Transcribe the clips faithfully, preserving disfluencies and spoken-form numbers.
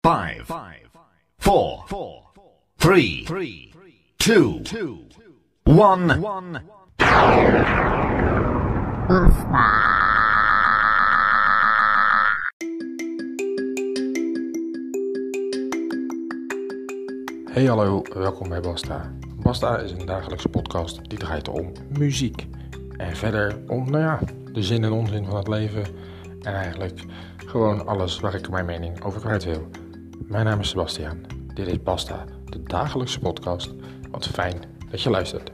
Five, four, three, two, one. Hey hallo, welkom bij Basta. Basta is een dagelijkse podcast die draait om muziek. En verder om, nou ja, de zin en onzin van het leven. En eigenlijk gewoon alles waar ik mijn mening over kwijt wil. Mijn naam is Sebastiaan. Dit is Basta, de dagelijkse podcast. Wat fijn dat je luistert.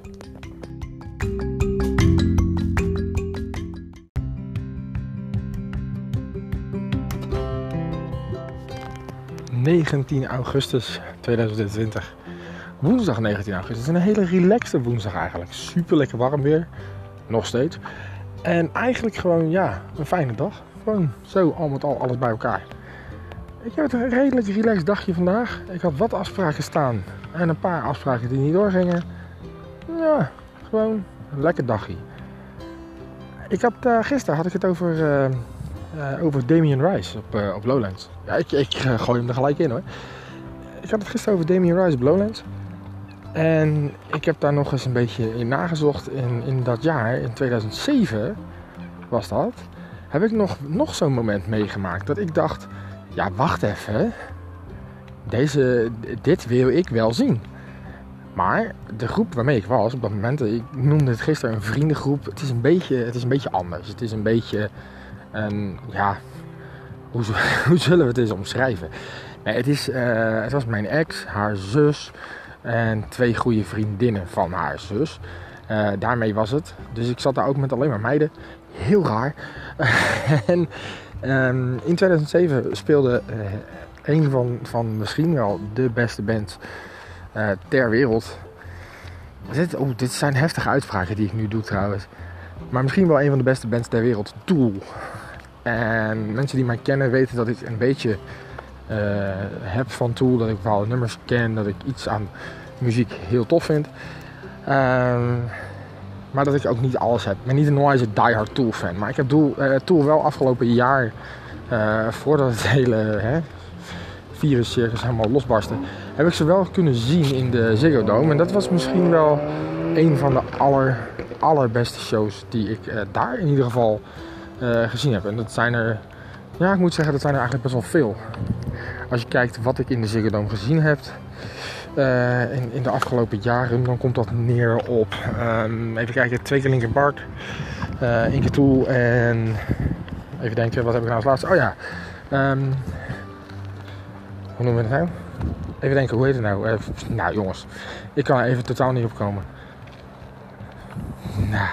negentien augustus tweeduizend twintig. Woensdag negentien augustus. Het is een hele relaxte woensdag eigenlijk. Super lekker warm weer. Nog steeds. En eigenlijk gewoon, ja, een fijne dag. Gewoon zo al met al alles bij elkaar. Ik heb een redelijk relaxed dagje vandaag. Ik had wat afspraken staan. En een paar afspraken die niet doorgingen. Ja, gewoon een lekker dagje. Ik had, uh, gisteren had ik het over, uh, uh, over Damien Rice op, uh, op Lowlands. Ja, ik, ik uh, gooi hem er gelijk in hoor. Ik had het gisteren over Damien Rice op Lowlands. En ik heb daar nog eens een beetje in nagezocht. In, in dat jaar, in tweeduizend zeven was dat, heb ik nog, nog zo'n moment meegemaakt. Dat ik dacht, ja wacht even. Deze, dit wil ik wel zien. Maar de groep waarmee ik was op dat moment, ik noemde het gisteren een vriendengroep. Het is een beetje, het is een beetje anders. Het is een beetje, een, ja, hoe, hoe zullen we het eens omschrijven? Nee, het, is, uh, het was mijn ex, haar zus en twee goede vriendinnen van haar zus. Uh, daarmee was het. Dus ik zat daar ook met alleen maar meiden. Heel raar. en um, in tweeduizend zeven speelde uh, een van, van misschien wel de beste bands uh, ter wereld. Dit, oh, dit zijn heftige uitspraken die ik nu doe trouwens. Maar misschien wel een van de beste bands ter wereld. Tool. En mensen die mij kennen weten dat ik een beetje uh, heb van Tool. Dat ik bepaalde nummers ken. Dat ik iets aan muziek heel tof vind. Um, maar dat ik ook niet alles heb. Ik ben niet een onwijze diehard Tool fan. Maar ik heb Tool, uh, Tool wel afgelopen jaar, uh, voordat het hele hè, viruscircus helemaal losbarstte, heb ik ze wel kunnen zien in de Ziggo Dome. En dat was misschien wel een van de aller, allerbeste shows die ik uh, daar in ieder geval uh, gezien heb. En dat zijn er, ja ik moet zeggen, dat zijn er eigenlijk best wel veel. Als je kijkt wat ik in de Ziggo Dome gezien heb, Uh, in, in de afgelopen jaren, dan komt dat neer op, um, even kijken, twee keer Linkin Park, uh, één keer Tool en, even denken, wat heb ik nou als laatste? Oh ja, um, hoe noemen we het nou? Even denken, hoe heet het nou? Uh, nou jongens, ik kan er even totaal niet op komen. Nou,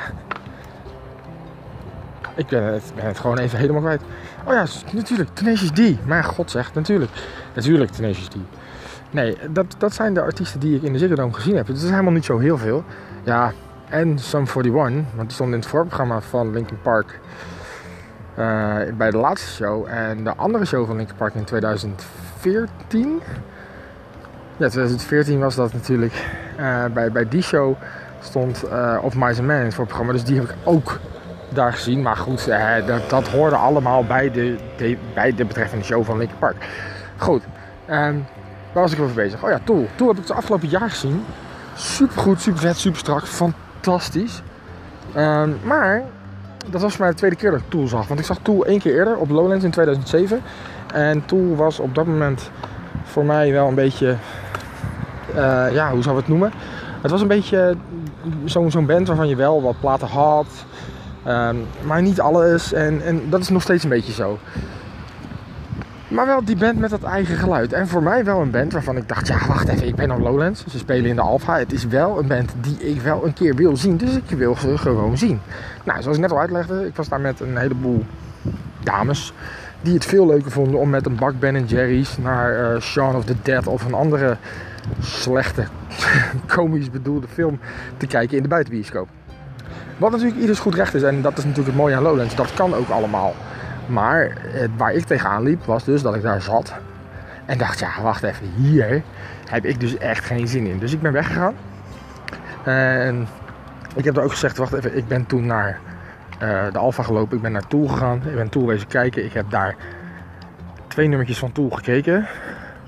ik ben het, ben het gewoon even helemaal kwijt. Oh ja, natuurlijk, Tenacious D. Mijn god zeg, natuurlijk. Natuurlijk Tenacious D. Nee, dat, dat zijn de artiesten die ik in de Ziggo Dome gezien heb. Het is helemaal niet zo heel veel. Ja, en Sum eenenveertig, want die stond in het voorprogramma van Linkin Park uh, bij de laatste show. En de andere show van Linkin Park in tweeduizend veertien. Ja, tweeduizend veertien was dat natuurlijk. Uh, bij, bij die show stond uh, Of Mice and Men in het voorprogramma. Dus die heb ik ook daar gezien. Maar goed, uh, dat, dat hoorde allemaal bij de, de, bij de betreffende show van Linkin Park. Goed. Um, Waar was ik over bezig? Oh ja, Tool. Tool heb ik het afgelopen jaar gezien. Super goed, super vet, super strak. Fantastisch. Um, maar dat was voor mij de tweede keer dat ik Tool zag. Want ik zag Tool één keer eerder op Lowlands in tweeduizend zeven. En Tool was op dat moment voor mij wel een beetje, Uh, ja, hoe zou we het noemen? Het was een beetje zo'n, zo'n band waarvan je wel wat platen had. Um, maar niet alles. En, en dat is nog steeds een beetje zo. Maar wel die band met dat eigen geluid. En voor mij wel een band waarvan ik dacht, ja wacht even, ik ben op Lowlands. Ze spelen in de Alpha. Het is wel een band die ik wel een keer wil zien. Dus ik wil ze gewoon zien. Nou, zoals ik net al uitlegde, ik was daar met een heleboel dames die het veel leuker vonden om met een bak Ben en Jerry's naar uh, Shaun of the Dead of een andere slechte, komisch bedoelde film te kijken in de buitenbioscoop. Wat natuurlijk ieders goed recht is. En dat is natuurlijk het mooie aan Lowlands. Dat kan ook allemaal. Maar eh, waar ik tegenaan liep was dus dat ik daar zat en dacht, ja wacht even, hier heb ik dus echt geen zin in. Dus ik ben weggegaan. En ik heb er ook gezegd, wacht even, ik ben toen naar uh, de Alpha gelopen. Ik ben naar Tool gegaan. Ik ben Tool wezen kijken. Ik heb daar twee nummertjes van Tool gekeken.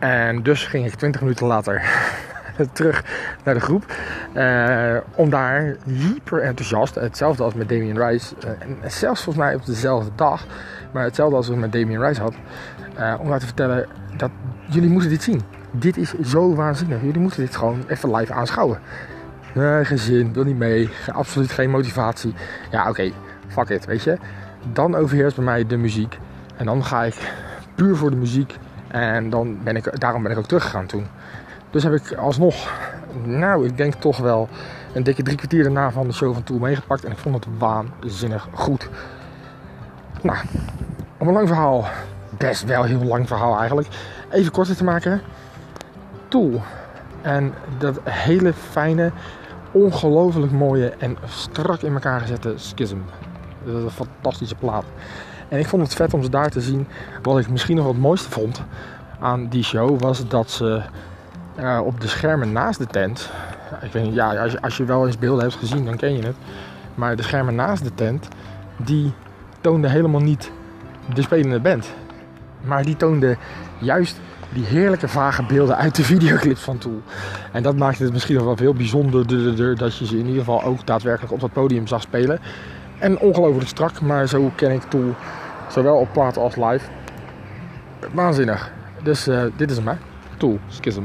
En dus ging ik twintig minuten later terug naar de groep. Uh, om daar hyper enthousiast, hetzelfde als met Damien Rice. Uh, en zelfs volgens mij op dezelfde dag. Maar hetzelfde als ik met Damien Rice had. Uh, om daar te vertellen dat jullie moeten dit zien. Dit is zo waanzinnig. Jullie moeten dit gewoon even live aanschouwen. Uh, geen zin, wil niet mee. Absoluut geen motivatie. Ja, oké. Okay, fuck it, weet je. Dan overheerst bij mij de muziek. En dan ga ik puur voor de muziek. En dan ben ik, daarom ben ik ook teruggegaan toen. Dus heb ik alsnog, nou, ik denk toch wel een dikke drie kwartier daarna van de show van Tool meegepakt. En ik vond het waanzinnig goed. Nou, om een lang verhaal, best wel heel lang verhaal eigenlijk, even korter te maken. Tool. En dat hele fijne, ongelooflijk mooie en strak in elkaar gezette Schism. Dat is een fantastische plaat. En ik vond het vet om ze daar te zien. Wat ik misschien nog wat het mooiste vond aan die show was dat ze uh, op de schermen naast de tent. Ik weet niet, ja, als je, als je wel eens beelden hebt gezien, dan ken je het. Maar de schermen naast de tent, die toonden helemaal niet de spelende band. Maar die toonden juist die heerlijke vage beelden uit de videoclips van Tool. En dat maakte het misschien nog wel veel bijzonderder dat je ze in ieder geval ook daadwerkelijk op dat podium zag spelen. En ongelooflijk strak, maar zo ken ik Tool zowel op plaat als live. Waanzinnig. Dus uh, dit is hem, hè. Tool, Schism.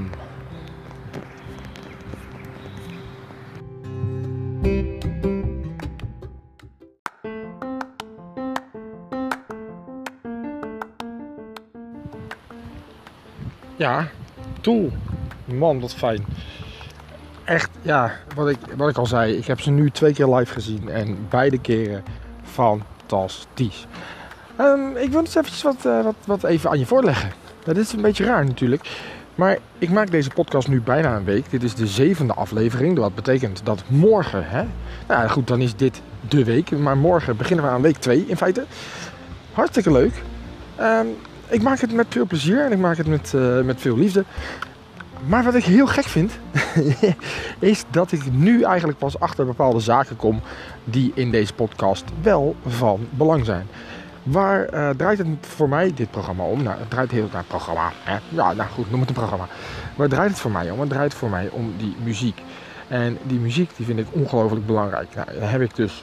Ja, Tool. Man, wat fijn. Echt, ja, wat ik, wat ik al zei, ik heb ze nu twee keer live gezien en beide keren fantastisch. Um, ik wil eens eventjes wat, uh, wat, wat even aan je voorleggen. Nou, dit is een beetje raar natuurlijk, maar ik maak deze podcast nu bijna een week. Dit is de zevende aflevering, wat betekent dat morgen, hè? Nou goed, dan is dit de week, maar morgen beginnen we aan week twee in feite. Hartstikke leuk. Um, ik maak het met veel plezier en ik maak het met, uh, met veel liefde. Maar wat ik heel gek vind, is dat ik nu eigenlijk pas achter bepaalde zaken kom die in deze podcast wel van belang zijn. Waar uh, draait het voor mij dit programma om? Nou, het draait heel naar het programma. Hè? Ja, nou goed, noem het een programma. Waar draait het voor mij om? Het draait voor mij om die muziek. En die muziek die vind ik ongelooflijk belangrijk. Nou, dan heb ik dus,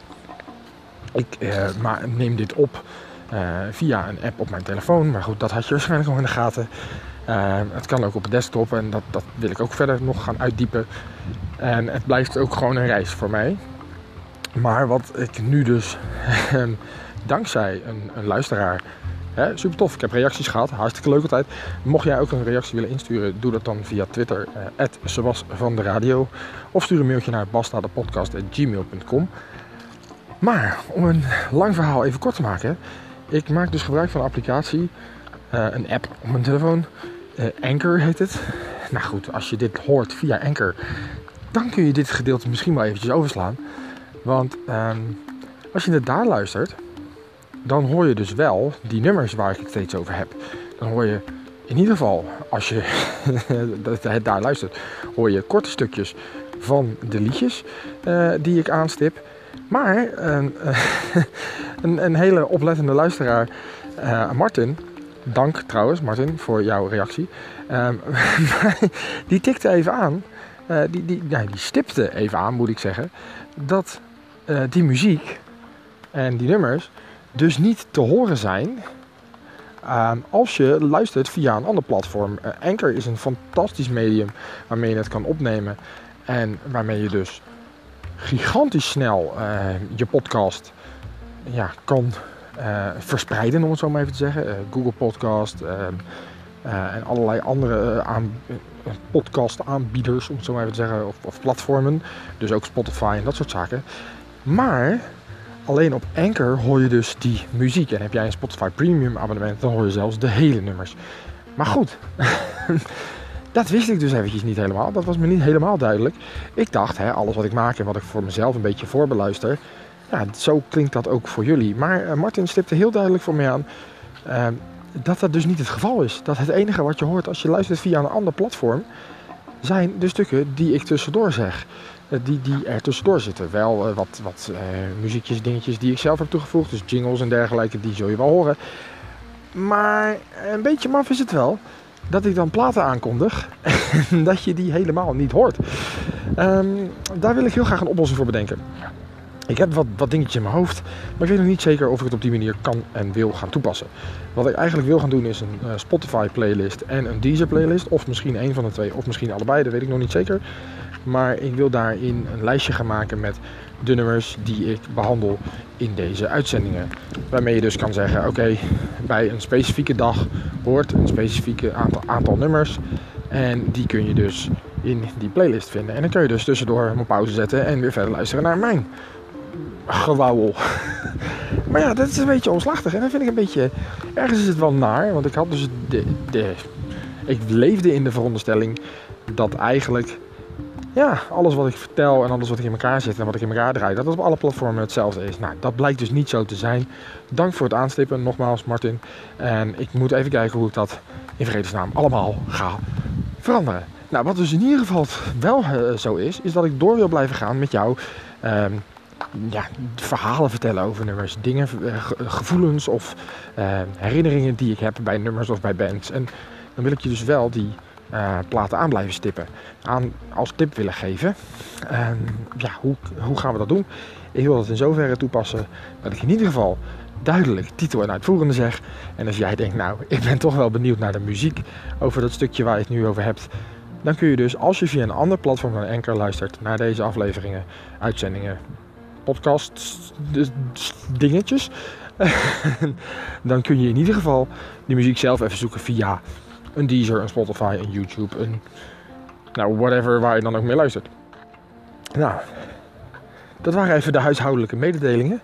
ik uh, maar neem dit op uh, via een app op mijn telefoon. Maar goed, dat had je waarschijnlijk al in de gaten. Uh, het kan ook op de desktop en dat, dat wil ik ook verder nog gaan uitdiepen. En het blijft ook gewoon een reis voor mij. Maar wat ik nu dus, dankzij een, een luisteraar, hè, super tof, ik heb reacties gehad, hartstikke leuk altijd. Mocht jij ook een reactie willen insturen, doe dat dan via Twitter, uh, at Sebas van de Radio. Of stuur een mailtje naar bastadepodcast at gmail dot com. Maar, om een lang verhaal even kort te maken, ik maak dus gebruik van een applicatie. Uh, een app op mijn telefoon. Uh, Anchor heet het. Nou goed, als je dit hoort via Anchor, dan kun je dit gedeelte misschien wel eventjes overslaan. Want um, als je het daar luistert, dan hoor je dus wel die nummers waar ik het steeds over heb. Dan hoor je in ieder geval, als je het daar luistert, hoor je korte stukjes van de liedjes uh, die ik aanstip. Maar uh, een, een hele oplettende luisteraar, uh, Martin... Dank trouwens, Martin, voor jouw reactie. Um, die tikte even aan, uh, die, die, nee, die stipte even aan, moet ik zeggen, dat uh, die muziek en die nummers dus niet te horen zijn um, als je luistert via een ander platform. Uh, Anchor is een fantastisch medium waarmee je het kan opnemen en waarmee je dus gigantisch snel uh, je podcast ja, kan Uh, verspreiden, om het zo maar even te zeggen. Uh, Google Podcast uh, uh, en allerlei andere uh, aan, uh, podcast aanbieders, om het zo maar even te zeggen, of, of platformen. Dus ook Spotify en dat soort zaken. Maar alleen op Anchor hoor je dus die muziek. En heb jij een Spotify Premium abonnement, dan hoor je zelfs de hele nummers. Maar goed, dat wist ik dus eventjes niet helemaal. Dat was me niet helemaal duidelijk. Ik dacht, hè, alles wat ik maak en wat ik voor mezelf een beetje voorbeluister, ja, zo klinkt dat ook voor jullie. Maar uh, Martin stipte heel duidelijk voor mij aan uh, dat dat dus niet het geval is. Dat het enige wat je hoort als je luistert via een ander platform zijn de stukken die ik tussendoor zeg. Uh, die, die er tussendoor zitten. Wel uh, wat, wat uh, muziekjes, dingetjes die ik zelf heb toegevoegd. Dus jingles en dergelijke, die zul je wel horen. Maar een beetje maf is het wel. dat ik dan platen aankondig en dat je die helemaal niet hoort. Um, daar wil ik heel graag een oplossing voor bedenken. Ik heb wat, wat dingetjes in mijn hoofd, maar ik weet nog niet zeker of ik het op die manier kan en wil gaan toepassen. Wat ik eigenlijk wil gaan doen is een uh, Spotify playlist en een Deezer playlist. Of misschien één van de twee, of misschien allebei, dat weet ik nog niet zeker. Maar ik wil daarin een lijstje gaan maken met de nummers die ik behandel in deze uitzendingen. Waarmee je dus kan zeggen, oké, okay, bij een specifieke dag hoort een specifieke aantal, aantal nummers. En die kun je dus in die playlist vinden. En dan kun je dus tussendoor een pauze zetten en weer verder luisteren naar mijn gewauwel. Maar ja, dat is een beetje omslachtig. En dan vind ik een beetje... Ergens is het wel naar. Want ik had dus de... de ik leefde in de veronderstelling dat eigenlijk... Ja, alles wat ik vertel en alles wat ik in elkaar zet en wat ik in elkaar draai, dat het op alle platformen hetzelfde is. Nou, dat blijkt dus niet zo te zijn. Dank voor het aanstippen, nogmaals Martin. En ik moet even kijken hoe ik dat in vredesnaam allemaal ga veranderen. Nou, wat dus in ieder geval wel uh, zo is, is dat ik door wil blijven gaan met jou... Um, ja, verhalen vertellen over nummers, dingen, gevoelens of uh, herinneringen die ik heb bij nummers of bij bands. En dan wil ik je dus wel die uh, platen aan blijven stippen, aan als tip willen geven. En ja, hoe, hoe gaan we dat doen? Ik wil dat in zoverre toepassen dat ik in ieder geval duidelijk titel en uitvoerende zeg. En als jij denkt, nou, ik ben toch wel benieuwd naar de muziek over dat stukje waar je het nu over hebt, dan kun je dus, als je via een ander platform dan Anchor luistert naar deze afleveringen, uitzendingen, podcasts, dingetjes, dan kun je in ieder geval die muziek zelf even zoeken via een Deezer, een Spotify, een YouTube, een, nou, whatever waar je dan ook mee luistert. Nou, dat waren even de huishoudelijke mededelingen.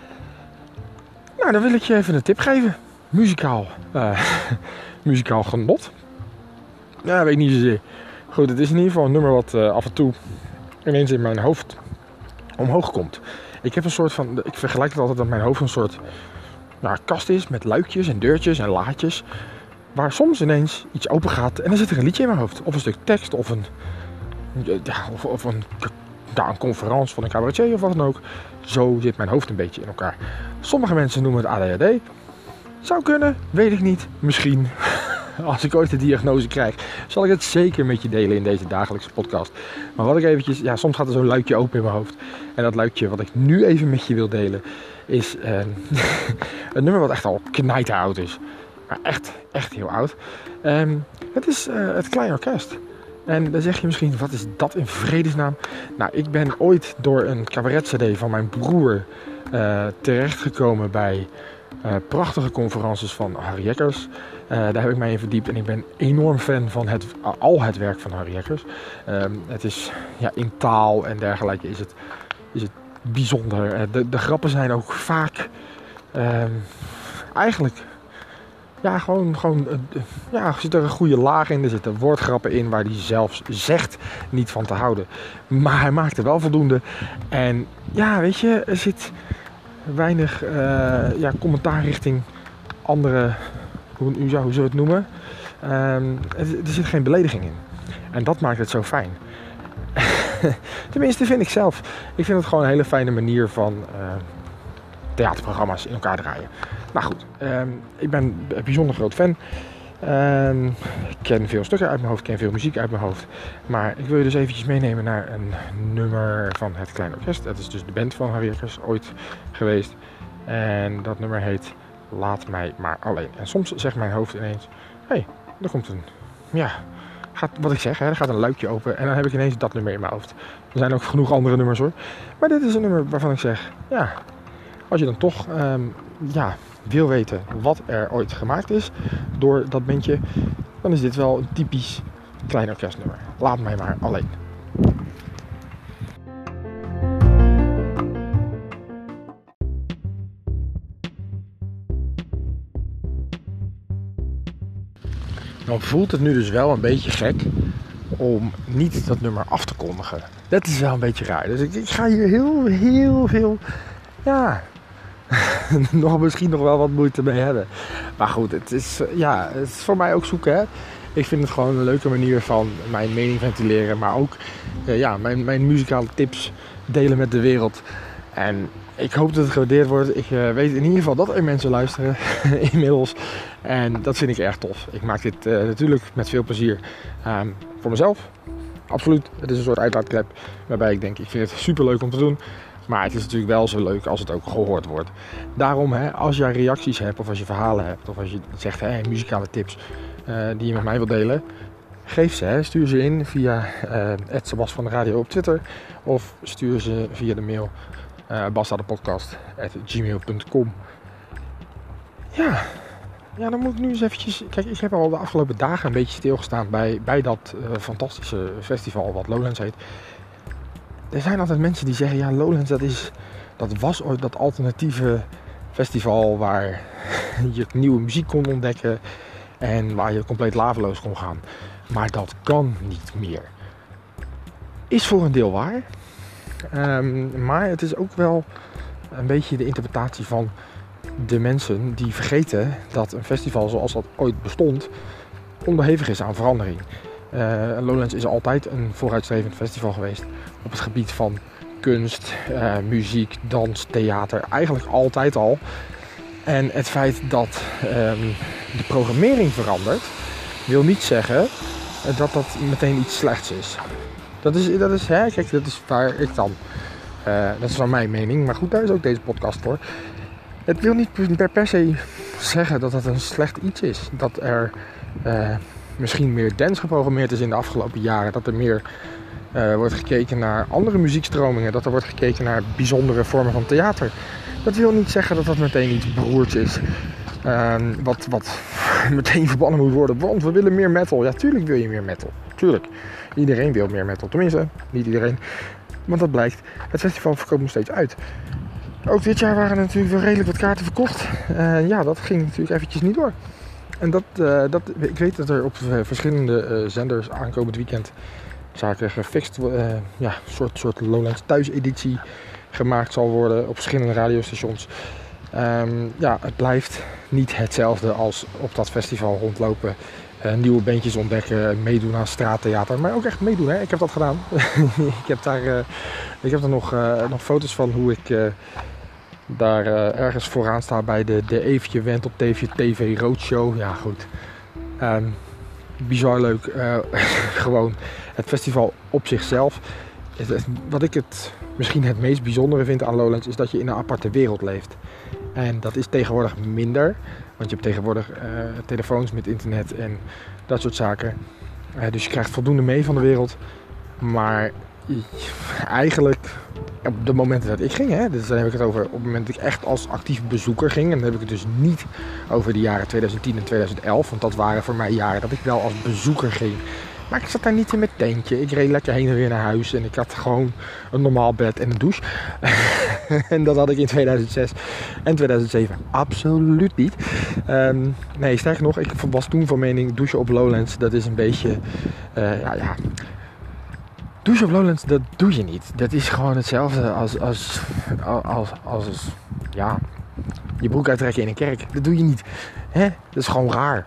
Nou, dan wil ik je even een tip geven. Muzikaal, uh, muzikaal genot. Ja, weet ik niet zozeer. Goed, het is in ieder geval een nummer wat uh, af en toe ineens in mijn hoofd omhoog komt. Ik heb een soort van, ik vergelijk het altijd dat mijn hoofd een soort nou, kast is met luikjes en deurtjes en laadjes. Waar soms ineens iets open gaat en dan zit er een liedje in mijn hoofd. Of een stuk tekst of een, ja, of, of een, ja, een conferentie van een cabaretier of wat dan ook. Zo zit mijn hoofd een beetje in elkaar. Sommige mensen noemen het A D H D. Zou kunnen, weet ik niet. Misschien. Als ik ooit de diagnose krijg, zal ik het zeker met je delen in deze dagelijkse podcast. Maar wat ik eventjes, ja, soms gaat er zo'n luikje open in mijn hoofd. En dat luikje wat ik nu even met je wil delen, is uh, een nummer wat echt al knijteroud is. Maar echt, echt heel oud. Um, het is uh, het Klein Orkest. En dan zeg je misschien, wat is dat in vredesnaam? Nou, ik ben ooit door een cabaret-cd van mijn broer uh, terechtgekomen bij uh, prachtige conferences van Harry Jekkers. Uh, daar heb ik mij in verdiept en ik ben enorm fan van het, al het werk van Harry Jekkers. Um, het is ja, in taal en dergelijke is het, is het bijzonder. Uh, de, de grappen zijn ook vaak um, eigenlijk ja, gewoon, gewoon uh, ja, er zit er een goede laag in. Er zitten woordgrappen in waar hij zelfs zegt niet van te houden. Maar hij maakt er wel voldoende. En ja, weet je, er zit weinig uh, ja, commentaar richting andere... Hoe, hoe zou je het noemen? Um, er, er zit geen belediging in. En dat maakt het zo fijn. Tenminste, vind ik zelf. Ik vind het gewoon een hele fijne manier van uh, theaterprogramma's in elkaar draaien. Nou goed, um, ik ben een bijzonder groot fan. Um, ik ken veel stukken uit mijn hoofd, ik ken veel muziek uit mijn hoofd. Maar ik wil je dus eventjes meenemen naar een nummer van het Klein Orkest. Dat is dus de band van Harry Jekkers ooit geweest. En dat nummer heet Laat mij maar alleen. En soms zegt mijn hoofd ineens, hé, hey, er komt een, ja, gaat, wat ik zeg, hè, er gaat een luikje open en dan heb ik ineens dat nummer in mijn hoofd. Er zijn ook genoeg andere nummers hoor. Maar dit is een nummer waarvan ik zeg, ja, als je dan toch, um, ja, wil weten wat er ooit gemaakt is door dat bandje, dan is dit wel een typisch Klein Orkestnummer. Laat mij maar alleen. Dan voelt het nu dus wel een beetje gek om niet dat nummer af te kondigen. Dat is wel een beetje raar. Dus ik, ik ga hier heel, heel veel, ja, nog misschien nog wel wat moeite mee hebben. Maar goed, het is, ja, het is voor mij ook zoeken, hè. Ik vind het gewoon een leuke manier van mijn mening ventileren, maar ook uh, ja, mijn, mijn muzikale tips delen met de wereld. En ik hoop dat het gewaardeerd wordt. Ik uh, weet in ieder geval dat er mensen luisteren inmiddels. En dat vind ik erg tof. Ik maak dit uh, natuurlijk met veel plezier um, voor mezelf. Absoluut. Het is een soort uitlaatklep waarbij ik denk, ik vind het super leuk om te doen. Maar het is natuurlijk wel zo leuk als het ook gehoord wordt. Daarom, hè, als jij reacties hebt of als je verhalen hebt of als je zegt, hè, muzikale tips uh, die je met mij wilt delen, geef ze. Hè. Stuur ze in via uh, at Sebas van de Radio op Twitter of stuur ze via de mail uh, bassadepodcast at gmail dot com. Ja. Ja, dan moet ik nu eens eventjes... Kijk, ik heb al de afgelopen dagen een beetje stilgestaan bij, bij dat uh, fantastische festival wat Lowlands heet. Er zijn altijd mensen die zeggen, ja, Lowlands dat is... Dat was ooit dat alternatieve festival waar je nieuwe muziek kon ontdekken en waar je compleet laveloos kon gaan. Maar dat kan niet meer. Is voor een deel waar. Um, maar het is ook wel een beetje de interpretatie van de mensen die vergeten dat een festival zoals dat ooit bestond onderhevig is aan verandering. Uh, Lowlands is altijd een vooruitstrevend festival geweest op het gebied van kunst, uh, muziek, dans, theater. Eigenlijk altijd al. En het feit dat um, de programmering verandert, wil niet zeggen dat dat meteen iets slechts is. Dat is, dat is, hè, kijk, dat is waar ik dan, uh, dat is van mijn mening, maar goed, daar is ook deze podcast voor. Het wil niet per, per se zeggen dat het een slecht iets is. Dat er uh, misschien meer dance geprogrammeerd is in de afgelopen jaren. Dat er meer uh, wordt gekeken naar andere muziekstromingen. Dat er wordt gekeken naar bijzondere vormen van theater. Dat wil niet zeggen dat dat meteen iets beroerds is. Uh, wat, wat meteen verbannen moet worden. Want we willen meer metal. Ja, tuurlijk wil je meer metal. Tuurlijk. Iedereen wil meer metal. Tenminste, niet iedereen. Want dat blijkt. Het festival verkoopt nog steeds uit. Ook dit jaar waren er natuurlijk wel redelijk wat kaarten verkocht. Uh, ja, dat ging natuurlijk eventjes niet door. En dat, uh, dat, ik weet dat er op uh, verschillende uh, zenders aankomend weekend zaken gefixt, uh, ja, een soort, soort Lowlands thuiseditie gemaakt zal worden op verschillende radiostations. Um, ja, het blijft niet hetzelfde als op dat festival rondlopen. Uh, nieuwe bandjes ontdekken, meedoen aan straattheater. Maar ook echt meedoen, hè. Ik heb dat gedaan. ik heb daar, uh, ik heb er nog, uh, nog foto's van hoe ik uh, daar uh, ergens vooraan sta bij de, de Eefje Went op T V Roadshow. Ja, goed. Um, bizar leuk. Uh, gewoon het festival op zichzelf. Het, het, wat ik het misschien het meest bijzondere vind aan Lowlands is dat je in een aparte wereld leeft. En dat is tegenwoordig minder. Want je hebt tegenwoordig uh, telefoons met internet en dat soort zaken. Uh, dus je krijgt voldoende mee van de wereld. Maar eigenlijk op de momenten dat ik ging, hè, dus dan heb ik het over op het moment dat ik echt als actief bezoeker ging. En dan heb ik het dus niet over de jaren twintig tien en twintig elf. Want dat waren voor mij jaren dat ik wel als bezoeker ging. Maar ik zat daar niet in mijn tentje. Ik reed lekker heen en weer naar huis. En ik had gewoon een normaal bed en een douche. En dat had ik in tweeduizend zes en tweeduizend zeven absoluut niet. Um, nee, sterker nog, ik was toen van mening douchen op Lowlands. Dat is een beetje... Uh, ja, ja. Douchen op Lowlands, dat doe je niet. Dat is gewoon hetzelfde als... als, als, als, als ja, je broek uittrekken in een kerk. Dat doe je niet. Hè? Dat is gewoon raar.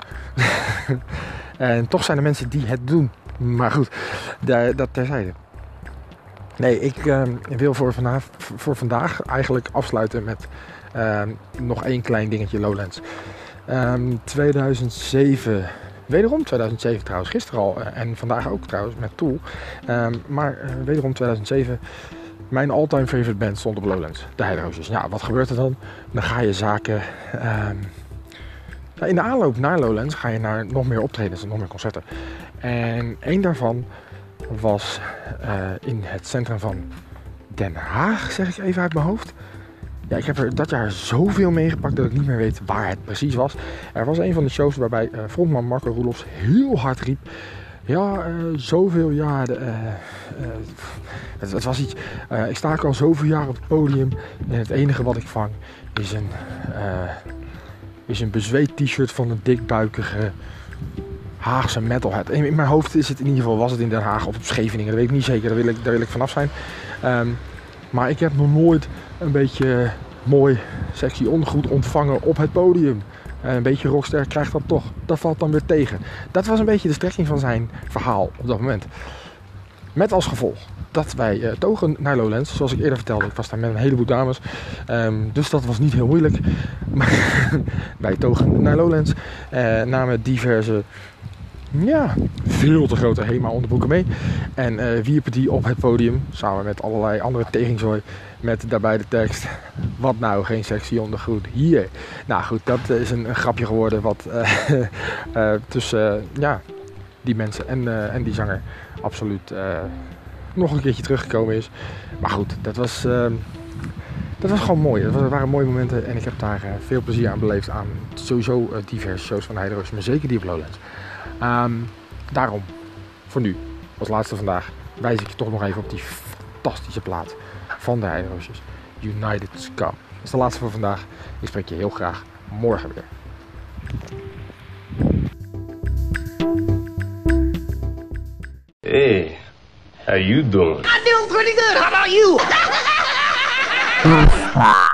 En toch zijn er mensen die het doen. Maar goed, daar, dat terzijde. Nee, ik uh, wil voor vandaag, voor vandaag eigenlijk afsluiten met uh, nog één klein dingetje Lowlands. Um, tweeduizend zeven, wederom tweeduizend zeven trouwens, gisteren al uh, en vandaag ook trouwens met Tool. Um, maar uh, wederom tweeduizend zeven, mijn all-time favorite band stond op Lowlands, de Heideroosjes. Ja, wat gebeurt er dan? Dan ga je zaken... Um, In de aanloop naar Lowlands ga je naar nog meer optredens en nog meer concerten. En één daarvan was uh, in het centrum van Den Haag, zeg ik even uit mijn hoofd. Ja, ik heb er dat jaar zoveel meegepakt dat ik niet meer weet waar het precies was. Er was een van de shows waarbij uh, frontman Marco Roelofs heel hard riep. Ja, uh, zoveel jaar. Uh, uh, het, het was iets. Uh, ik sta ook al zoveel jaar op het podium. En het enige wat ik vang is een... Uh, is een bezweet t-shirt van een dikbuikige Haagse metalhead. In mijn hoofd is het in ieder geval, was het in Den Haag of op Scheveningen. Dat weet ik niet zeker, daar wil ik, daar wil ik vanaf zijn. Um, maar ik heb nog nooit een beetje mooi, sexy ondergoed ontvangen op het podium. Uh, een beetje rockster krijgt dat toch. Dat valt dan weer tegen. Dat was een beetje de strekking van zijn verhaal op dat moment. Met als gevolg dat wij uh, togen naar Lowlands. Zoals ik eerder vertelde, ik was daar met een heleboel dames. Um, dus dat was niet heel moeilijk. Maar wij togen naar Lowlands. Uh, namen diverse, ja, veel te grote HEMA-onderbroeken mee. En uh, wierpen die op het podium. Samen met allerlei andere teringzooi. Met daarbij de tekst: wat nou, geen sexy ondergoed hier. Nou goed, dat is een, een grapje geworden wat uh, uh, tussen uh, ja, die mensen en, uh, en die zanger absoluut uh, nog een keertje teruggekomen is. Maar goed, dat was, uh, dat was gewoon mooi. Dat waren mooie momenten en ik heb daar uh, veel plezier aan beleefd aan sowieso uh, diverse shows van de Heideroosjes, maar zeker die op Lowlands. Um, daarom, voor nu, als laatste vandaag, wijs ik je toch nog even op die fantastische plaat van de Heideroosjes, United Scum. Dat is de laatste voor vandaag. Ik spreek je heel graag morgen weer. Hey, how you doing? I'm doing pretty good. How about you?